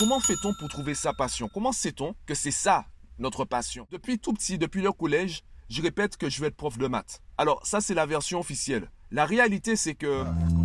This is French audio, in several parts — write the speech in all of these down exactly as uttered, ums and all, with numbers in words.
Comment fait-on pour trouver sa passion? Comment sait-on que c'est ça, notre passion? Depuis tout petit, depuis le collège, je répète que je veux être prof de maths. Alors, ça, c'est la version officielle. La réalité, c'est que...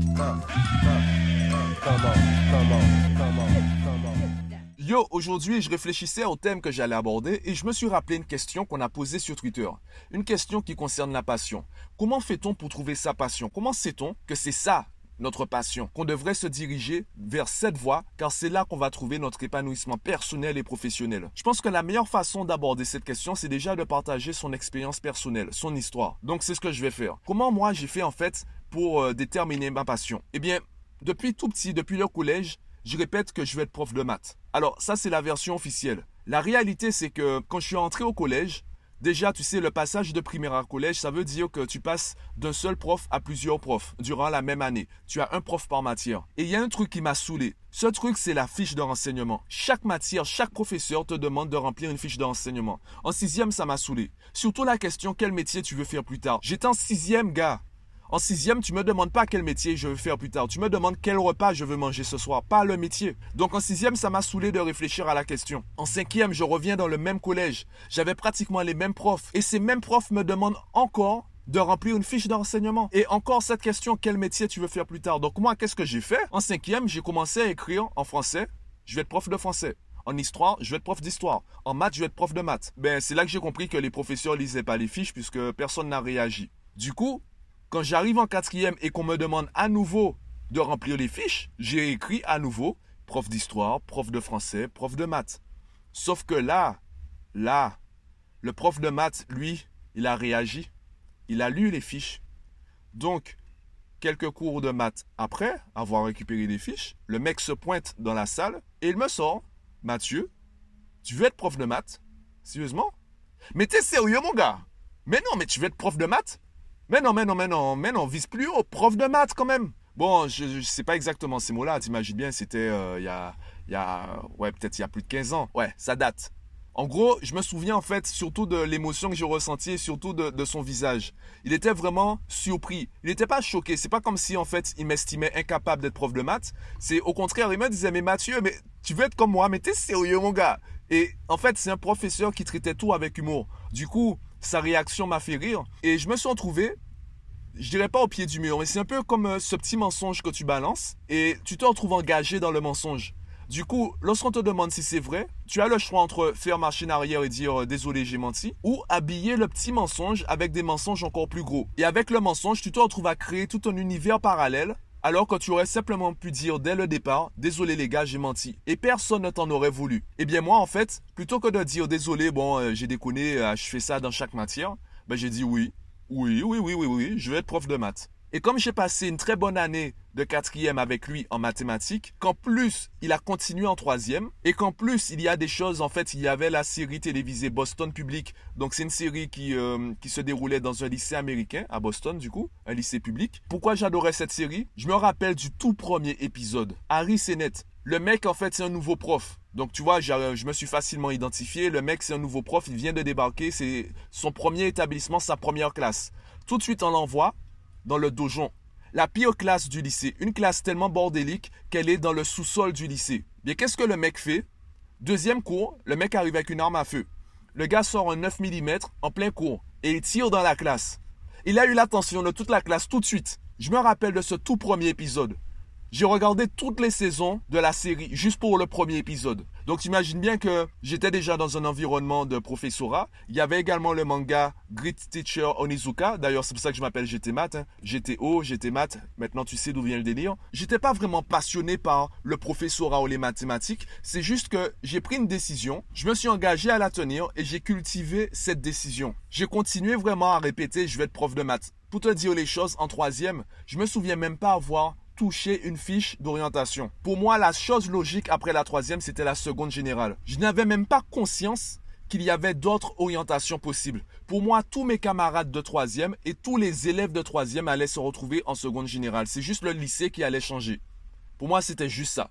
Yo, aujourd'hui, je réfléchissais au thème que j'allais aborder et je me suis rappelé une question qu'on a posée sur Twitter. Une question qui concerne la passion. Comment fait-on pour trouver sa passion? Comment sait-on que c'est ça, notre passion, qu'on devrait se diriger vers cette voie, car c'est là qu'on va trouver notre épanouissement personnel et professionnel. Je pense que la meilleure façon d'aborder cette question, c'est déjà de partager son expérience personnelle, son histoire. Donc c'est ce que je vais faire. Comment moi j'ai fait en fait pour euh, déterminer ma passion? Eh bien, depuis tout petit, depuis le collège, je répète que je veux être prof de maths. Alors ça c'est la version officielle. La réalité c'est que quand je suis entré au collège, déjà, tu sais, le passage de primaire à collège, ça veut dire que tu passes d'un seul prof à plusieurs profs durant la même année. Tu as un prof par matière. Et il y a un truc qui m'a saoulé. Ce truc, c'est la fiche de renseignement. Chaque matière, chaque professeur te demande de remplir une fiche de renseignement. En sixième, ça m'a saoulé. Surtout la question, quel métier tu veux faire plus tard. J'étais en sixième, gars. En sixième, tu me demandes pas quel métier je veux faire plus tard. Tu me demandes quel repas je veux manger ce soir, pas le métier. Donc en sixième, ça m'a saoulé de réfléchir à la question. En cinquième, je reviens dans le même collège. J'avais pratiquement les mêmes profs. Et ces mêmes profs me demandent encore de remplir une fiche de renseignement. Et encore cette question, quel métier tu veux faire plus tard. Donc moi, qu'est-ce que j'ai fait? En cinquième, j'ai commencé à écrire en français. Je vais être prof de français. En histoire, je vais être prof d'histoire. En maths, je vais être prof de maths. Ben, c'est là que j'ai compris que les professeurs lisaient pas les fiches puisque personne n'a réagi. Du coup, quand j'arrive en quatrième et qu'on me demande à nouveau de remplir les fiches, j'ai écrit à nouveau prof d'histoire, prof de français, prof de maths. Sauf que là, là, le prof de maths, lui, il a réagi. Il a lu les fiches. Donc, quelques cours de maths après avoir récupéré les fiches, le mec se pointe dans la salle et il me sort, Mathieu, tu veux être prof de maths? Sérieusement? Mais t'es sérieux, mon gars? Mais non, mais tu veux être prof de maths? Mais non, mais non, mais non, mais non, vise plus haut, prof de maths quand même. Bon, je ne sais pas exactement ces mots-là, t'imagines bien, c'était euh, il y a, il y a, ouais, peut-être il y a plus de quinze ans. Ouais, ça date. En gros, je me souviens en fait surtout de l'émotion que j'ai ressentie et surtout de, de son visage. Il était vraiment surpris. Il n'était pas choqué. C'est pas comme si en fait il m'estimait incapable d'être prof de maths. C'est au contraire, il me disait, mais Mathieu, mais tu veux être comme moi, mais t'es sérieux mon gars. Et en fait, c'est un professeur qui traitait tout avec humour. Du coup, sa réaction m'a fait rire et je me suis retrouvé, je dirais pas au pied du mur, mais c'est un peu comme euh, ce petit mensonge que tu balances et tu te retrouves engagé dans le mensonge. Du coup, lorsqu'on te demande si c'est vrai, tu as le choix entre faire machine arrière et dire euh, désolé j'ai menti ou habiller le petit mensonge avec des mensonges encore plus gros. Et avec le mensonge, tu te retrouves à créer tout un univers parallèle alors que tu aurais simplement pu dire dès le départ « Désolé les gars, j'ai menti » et personne ne t'en aurait voulu. Eh bien moi en fait, plutôt que de dire « Désolé, bon, euh, j'ai déconné, euh, je fais ça dans chaque matière », ben j'ai dit oui, oui, oui, oui, oui, oui, je vais être prof de maths. Et comme j'ai passé une très bonne année de quatrième avec lui en mathématiques, qu'en plus il a continué en troisième et qu'en plus il y a des choses, en fait il y avait la série télévisée Boston Public, donc c'est une série qui, euh, qui se déroulait dans un lycée américain à Boston du coup, un lycée public. Pourquoi j'adorais cette série? Je me rappelle du tout premier épisode, Harry Sennett. Le mec en fait c'est un nouveau prof. Donc tu vois, je me suis facilement identifié, le mec c'est un nouveau prof, il vient de débarquer, c'est son premier établissement, sa première classe. Tout de suite on l'envoie dans le dojon. La pire classe du lycée. Une classe tellement bordélique qu'elle est dans le sous-sol du lycée. Bien, qu'est-ce que le mec fait? Deuxième cours, le mec arrive avec une arme à feu. Le gars sort un neuf millimètres en plein cours et il tire dans la classe. Il a eu l'attention de toute la classe tout de suite. Je me rappelle de ce tout premier épisode. J'ai regardé toutes les saisons de la série juste pour le premier épisode. Donc imagine bien que j'étais déjà dans un environnement de professorat. Il y avait également le manga Great Teacher Onizuka. D'ailleurs, c'est pour ça que je m'appelle G T Math. Hein. G T O, G T Math. Maintenant, tu sais d'où vient le délire. J'étais pas vraiment passionné par le professorat ou les mathématiques. C'est juste que j'ai pris une décision. Je me suis engagé à la tenir et j'ai cultivé cette décision. J'ai continué vraiment à répéter, je vais être prof de maths. Pour te dire les choses, en troisième, je me souviens même pas avoir toucher une fiche d'orientation. Pour moi, la chose logique après la troisième, c'était la seconde générale. Je n'avais même pas conscience qu'il y avait d'autres orientations possibles. Pour moi, tous mes camarades de troisième et tous les élèves de troisième allaient se retrouver en seconde générale. C'est juste le lycée qui allait changer. Pour moi, c'était juste ça.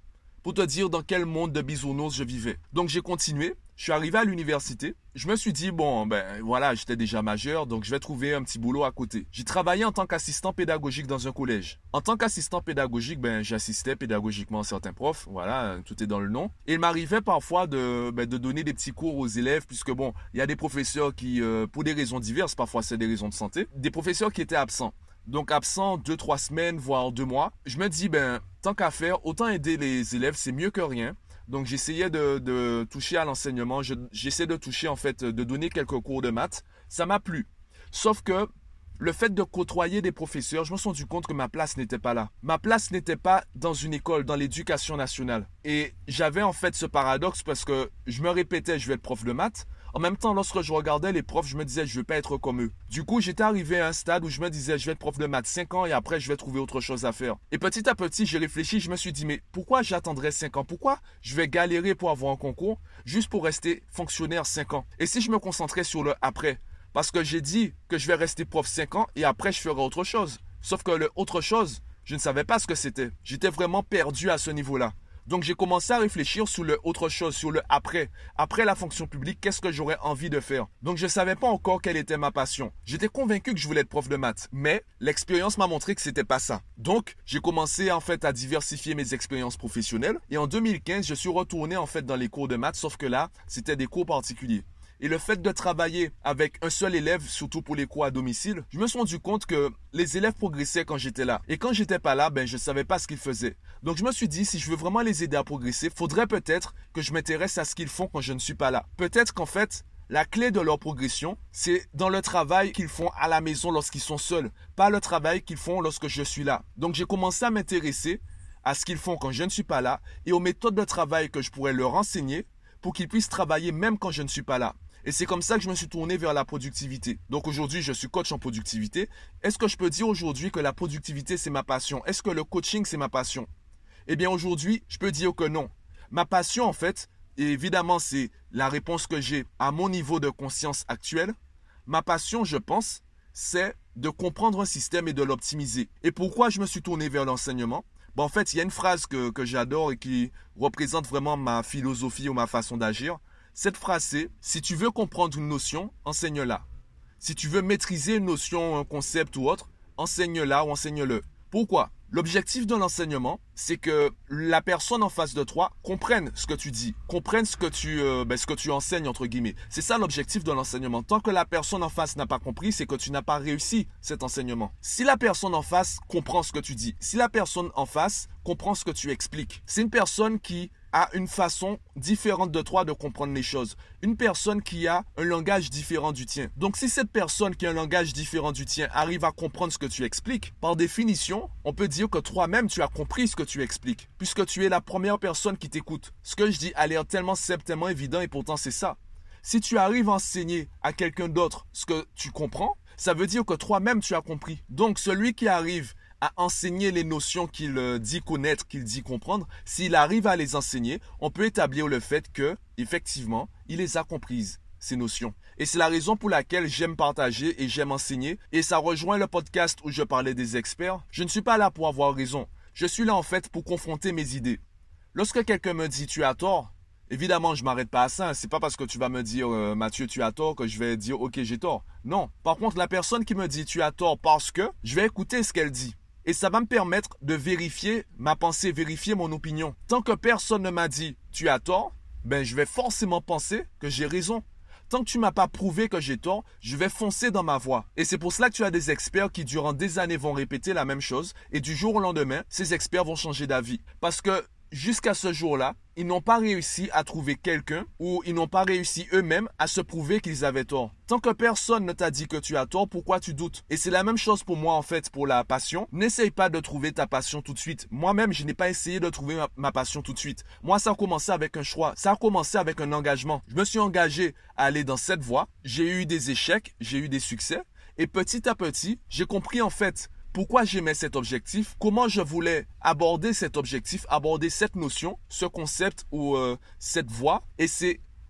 pour te dire dans quel monde de bisounours je vivais. Donc j'ai continué, je suis arrivé à l'université, je me suis dit, bon, ben voilà, j'étais déjà majeur, donc je vais trouver un petit boulot à côté. J'ai travaillé en tant qu'assistant pédagogique dans un collège. En tant qu'assistant pédagogique, ben j'assistais pédagogiquement certains profs, voilà, tout est dans le nom. Et il m'arrivait parfois de, ben, de donner des petits cours aux élèves, puisque bon, il y a des professeurs qui, euh, pour des raisons diverses, parfois c'est des raisons de santé, des professeurs qui étaient absents. Donc absent deux, trois semaines, voire deux mois. Je me dis, ben, tant qu'à faire, autant aider les élèves, c'est mieux que rien. Donc j'essayais de, de toucher à l'enseignement, je, j'essaie de toucher en fait, de donner quelques cours de maths. Ça m'a plu. Sauf que le fait de côtoyer des professeurs, je me suis rendu compte que ma place n'était pas là. Ma place n'était pas dans une école, dans l'éducation nationale. Et j'avais en fait ce paradoxe parce que je me répétais, je vais être prof de maths. En même temps, lorsque je regardais les profs, je me disais, je ne veux pas être comme eux. Du coup, j'étais arrivé à un stade où je me disais, je vais être prof de maths cinq ans et après, je vais trouver autre chose à faire. Et petit à petit, j'ai réfléchi, je me suis dit, mais pourquoi j'attendrai cinq ans? Pourquoi je vais galérer pour avoir un concours juste pour rester fonctionnaire cinq ans? Et si je me concentrais sur le après? Parce que j'ai dit que je vais rester prof cinq ans et après, je ferai autre chose. Sauf que le autre chose, je ne savais pas ce que c'était. J'étais vraiment perdu à ce niveau-là. Donc j'ai commencé à réfléchir sur le autre chose, sur le après. Après la fonction publique, qu'est-ce que j'aurais envie de faire? Donc je ne savais pas encore quelle était ma passion. J'étais convaincu que je voulais être prof de maths, mais l'expérience m'a montré que c'était pas ça. Donc j'ai commencé en fait à diversifier mes expériences professionnelles et en deux mille quinze, je suis retourné en fait dans les cours de maths, sauf que là, c'était des cours particuliers. Et le fait de travailler avec un seul élève, surtout pour les cours à domicile, je me suis rendu compte que les élèves progressaient quand j'étais là. Et quand j'étais pas là, ben, je ne savais pas ce qu'ils faisaient. Donc je me suis dit, si je veux vraiment les aider à progresser, faudrait peut-être que je m'intéresse à ce qu'ils font quand je ne suis pas là. Peut-être qu'en fait, la clé de leur progression, c'est dans le travail qu'ils font à la maison lorsqu'ils sont seuls, pas le travail qu'ils font lorsque je suis là. Donc j'ai commencé à m'intéresser à ce qu'ils font quand je ne suis pas là et aux méthodes de travail que je pourrais leur enseigner pour qu'ils puissent travailler même quand je ne suis pas là. Et c'est comme ça que je me suis tourné vers la productivité. Donc aujourd'hui, je suis coach en productivité. Est-ce que je peux dire aujourd'hui que la productivité, c'est ma passion? Est-ce que le coaching, c'est ma passion? Eh bien aujourd'hui, je peux dire que non. Ma passion, en fait, et évidemment, c'est la réponse que j'ai à mon niveau de conscience actuelle. Ma passion, je pense, c'est de comprendre un système et de l'optimiser. Et pourquoi je me suis tourné vers l'enseignement? Bon, en fait, il y a une phrase que, que j'adore et qui représente vraiment ma philosophie ou ma façon d'agir. Cette phrase, c'est « Si tu veux comprendre une notion, enseigne-la. Si tu veux maîtriser une notion, un concept ou autre, enseigne-la ou enseigne-le. » Pourquoi? L'objectif de l'enseignement, c'est que la personne en face de toi comprenne ce que tu dis, comprenne ce que tu, euh, ben, ce que tu enseignes, entre guillemets. C'est ça l'objectif de l'enseignement. Tant que la personne en face n'a pas compris, c'est que tu n'as pas réussi cet enseignement. Si la personne en face comprend ce que tu dis, si la personne en face comprend ce que tu expliques, c'est une personne qui a une façon différente de toi de comprendre les choses. Une personne qui a un langage différent du tien. Donc si cette personne qui a un langage différent du tien arrive à comprendre ce que tu expliques, par définition, on peut dire que toi-même tu as compris ce que tu expliques, puisque tu es la première personne qui t'écoute. Ce que je dis a l'air tellement simple, tellement évident et pourtant c'est ça. Si tu arrives à enseigner à quelqu'un d'autre ce que tu comprends, ça veut dire que toi-même tu as compris. Donc celui qui arrive à enseigner les notions qu'il dit connaître, qu'il dit comprendre, s'il arrive à les enseigner, on peut établir le fait que, effectivement, il les a comprises, ces notions. Et c'est la raison pour laquelle j'aime partager et j'aime enseigner. Et ça rejoint le podcast où je parlais des experts. Je ne suis pas là pour avoir raison. Je suis là en fait pour confronter mes idées. Lorsque quelqu'un me dit « tu as tort », évidemment, je ne m'arrête pas à ça. C'est pas parce que tu vas me dire euh, « Mathieu, tu as tort » que je vais dire « ok, j'ai tort ». Non. Par contre, la personne qui me dit « tu as tort parce que », je vais écouter ce qu'elle dit. Et ça va me permettre de vérifier ma pensée, vérifier mon opinion. Tant que personne ne m'a dit « tu as tort », ben je vais forcément penser que j'ai raison. Tant que tu ne m'as pas prouvé que j'ai tort, je vais foncer dans ma voie. Et c'est pour cela que tu as des experts qui durant des années vont répéter la même chose et du jour au lendemain, ces experts vont changer d'avis. Parce que jusqu'à ce jour-là, ils n'ont pas réussi à trouver quelqu'un ou ils n'ont pas réussi eux-mêmes à se prouver qu'ils avaient tort. Tant que personne ne t'a dit que tu as tort, pourquoi tu doutes? Et c'est la même chose pour moi en fait, pour la passion. N'essaye pas de trouver ta passion tout de suite. Moi-même, je n'ai pas essayé de trouver ma, ma passion tout de suite. Moi, ça a commencé avec un choix. Ça a commencé avec un engagement. Je me suis engagé à aller dans cette voie. J'ai eu des échecs, j'ai eu des succès. Et petit à petit, j'ai compris en fait pourquoi j'aimais cet objectif, comment je voulais aborder cet objectif, aborder cette notion, ce concept ou euh, cette voie. Et c'est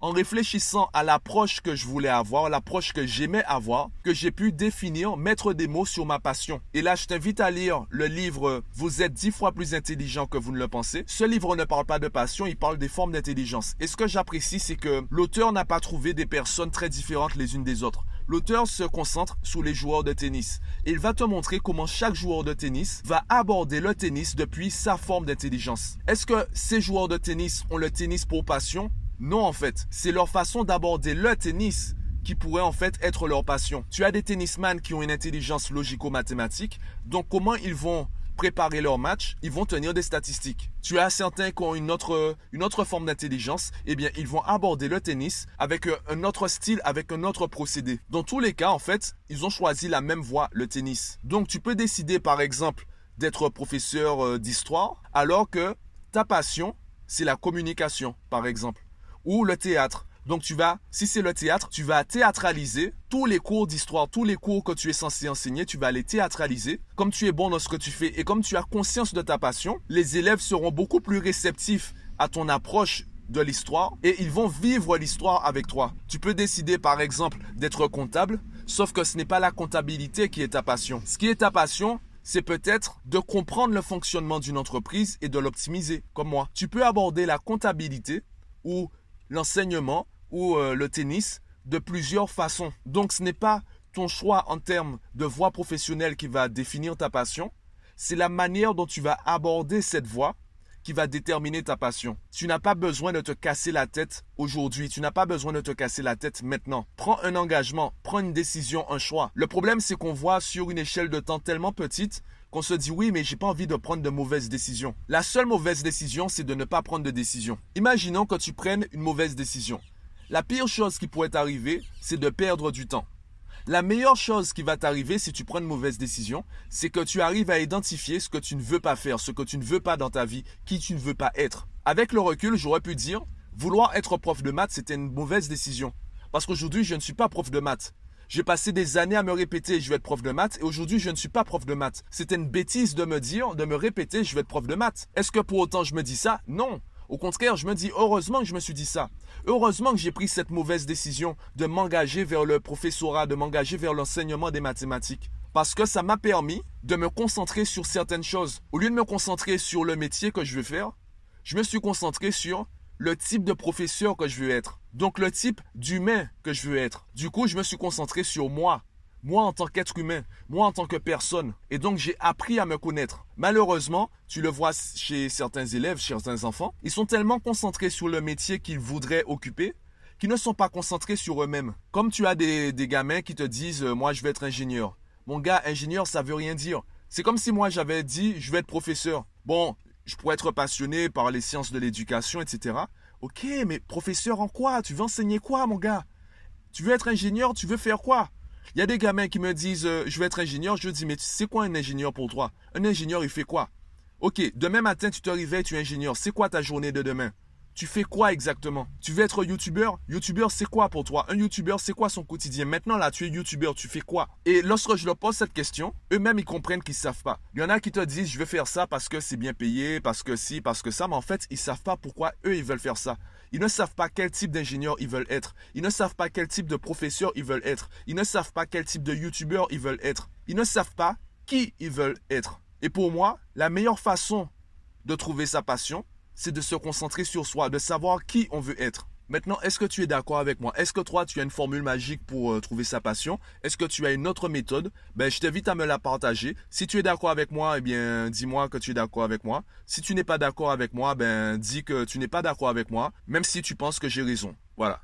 en réfléchissant à l'approche que je voulais avoir, l'approche que j'aimais avoir, que j'ai pu définir, mettre des mots sur ma passion. Et là, je t'invite à lire le livre « Vous êtes dix fois plus intelligent que vous ne le pensez ». Ce livre ne parle pas de passion, il parle des formes d'intelligence. Et ce que j'apprécie, c'est que l'auteur n'a pas trouvé des personnes très différentes les unes des autres. L'auteur se concentre sur les joueurs de tennis. Et il va te montrer comment chaque joueur de tennis va aborder le tennis depuis sa forme d'intelligence. Est-ce que ces joueurs de tennis ont le tennis pour passion ? Non, en fait. C'est leur façon d'aborder le tennis qui pourrait en fait être leur passion. Tu as des tennisman qui ont une intelligence logico-mathématique. Donc, comment ils vont préparer leur match? Ils vont tenir des statistiques. Tu as certains qui ont une autre, une autre forme d'intelligence. Eh bien, ils vont aborder le tennis avec un autre style, avec un autre procédé. Dans tous les cas, en fait, ils ont choisi la même voie, le tennis. Donc, tu peux décider, par exemple, d'être professeur d'histoire, alors que ta passion, c'est la communication, par exemple. Ou le théâtre. Donc tu vas, si c'est le théâtre, tu vas théâtraliser tous les cours d'histoire, tous les cours que tu es censé enseigner, tu vas les théâtraliser. Comme tu es bon dans ce que tu fais et comme tu as conscience de ta passion, les élèves seront beaucoup plus réceptifs à ton approche de l'histoire et ils vont vivre l'histoire avec toi. Tu peux décider par exemple d'être comptable, sauf que ce n'est pas la comptabilité qui est ta passion. Ce qui est ta passion, c'est peut-être de comprendre le fonctionnement d'une entreprise et de l'optimiser, comme moi. Tu peux aborder la comptabilité ou l'enseignement ou euh, le tennis de plusieurs façons. Donc, ce n'est pas ton choix en termes de voie professionnelle qui va définir ta passion. C'est la manière dont tu vas aborder cette voie qui va déterminer ta passion. Tu n'as pas besoin de te casser la tête aujourd'hui. Tu n'as pas besoin de te casser la tête maintenant. Prends un engagement, prends une décision, un choix. Le problème, c'est qu'on voit sur une échelle de temps tellement petite qu'on se dit oui, mais j'ai pas envie de prendre de mauvaises décisions. La seule mauvaise décision, c'est de ne pas prendre de décision. Imaginons que tu prennes une mauvaise décision. La pire chose qui pourrait t'arriver, c'est de perdre du temps. La meilleure chose qui va t'arriver si tu prends une mauvaise décision, c'est que tu arrives à identifier ce que tu ne veux pas faire, ce que tu ne veux pas dans ta vie, qui tu ne veux pas être. Avec le recul, j'aurais pu dire, vouloir être prof de maths, c'était une mauvaise décision. Parce qu'aujourd'hui, je ne suis pas prof de maths. J'ai passé des années à me répéter, je vais être prof de maths, et aujourd'hui, je ne suis pas prof de maths. C'était une bêtise de me dire, de me répéter, je vais être prof de maths. Est-ce que pour autant je me dis ça? Non. Au contraire, je me dis heureusement que je me suis dit ça. Heureusement que j'ai pris cette mauvaise décision de m'engager vers le professorat, de m'engager vers l'enseignement des mathématiques. Parce que ça m'a permis de me concentrer sur certaines choses. Au lieu de me concentrer sur le métier que je veux faire, je me suis concentré sur le type de professeur que je veux être. Donc le type d'humain que je veux être. Du coup, je me suis concentré sur moi. Moi en tant qu'être humain, moi en tant que personne. Et donc, j'ai appris à me connaître. Malheureusement, tu le vois chez certains élèves, chez certains enfants, ils sont tellement concentrés sur le métier qu'ils voudraient occuper qu'ils ne sont pas concentrés sur eux-mêmes. Comme tu as des, des gamins qui te disent euh, « moi, je vais être ingénieur ». Mon gars, ingénieur, ça veut rien dire. C'est comme si moi, j'avais dit « je vais être professeur ». Bon, je pourrais être passionné par les sciences de l'éducation, et cetera. Ok, mais professeur en quoi? Tu veux enseigner quoi, mon gars? Tu veux être ingénieur? Tu veux faire quoi? Il y a des gamins qui me disent euh, « je veux être ingénieur ». Je dis « mais c'est quoi un ingénieur pour toi? Un ingénieur, il fait quoi? Ok, demain matin, tu te réveilles, tu es ingénieur. C'est quoi ta journée de demain? Tu fais quoi exactement? Tu veux être youtubeur? Youtubeur, c'est quoi pour toi? Un youtubeur, c'est quoi son quotidien? Maintenant, là, tu es youtubeur, tu fais quoi? Et lorsque je leur pose cette question, eux-mêmes, ils comprennent qu'ils ne savent pas. Il y en a qui te disent « je veux faire ça parce que c'est bien payé, parce que si, parce que ça ». Mais en fait, ils ne savent pas pourquoi eux, ils veulent faire ça. Ils ne savent pas quel type d'ingénieur ils veulent être. Ils ne savent pas quel type de professeur ils veulent être. Ils ne savent pas quel type de youtubeur ils veulent être. Ils ne savent pas qui ils veulent être. Et pour moi, la meilleure façon de trouver sa passion, c'est de se concentrer sur soi, de savoir qui on veut être. Maintenant, est-ce que tu es d'accord avec moi? Est-ce que toi, tu as une formule magique pour euh, trouver sa passion? Est-ce que tu as une autre méthode? Ben, je t'invite à me la partager. Si tu es d'accord avec moi, eh bien, dis-moi que tu es d'accord avec moi. Si tu n'es pas d'accord avec moi, ben, dis que tu n'es pas d'accord avec moi, même si tu penses que j'ai raison. Voilà.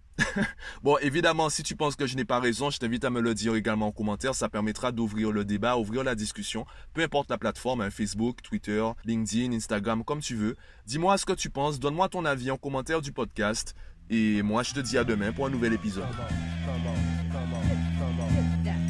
Bon, évidemment, si tu penses que je n'ai pas raison, je t'invite à me le dire également en commentaire. Ça permettra d'ouvrir le débat, ouvrir la discussion. Peu importe la plateforme, hein, Facebook, Twitter, LinkedIn, Instagram, comme tu veux. Dis-moi ce que tu penses, donne-moi ton avis en commentaire du podcast. Et moi, je te dis à demain pour un nouvel épisode. Come on, come on, come on, come on.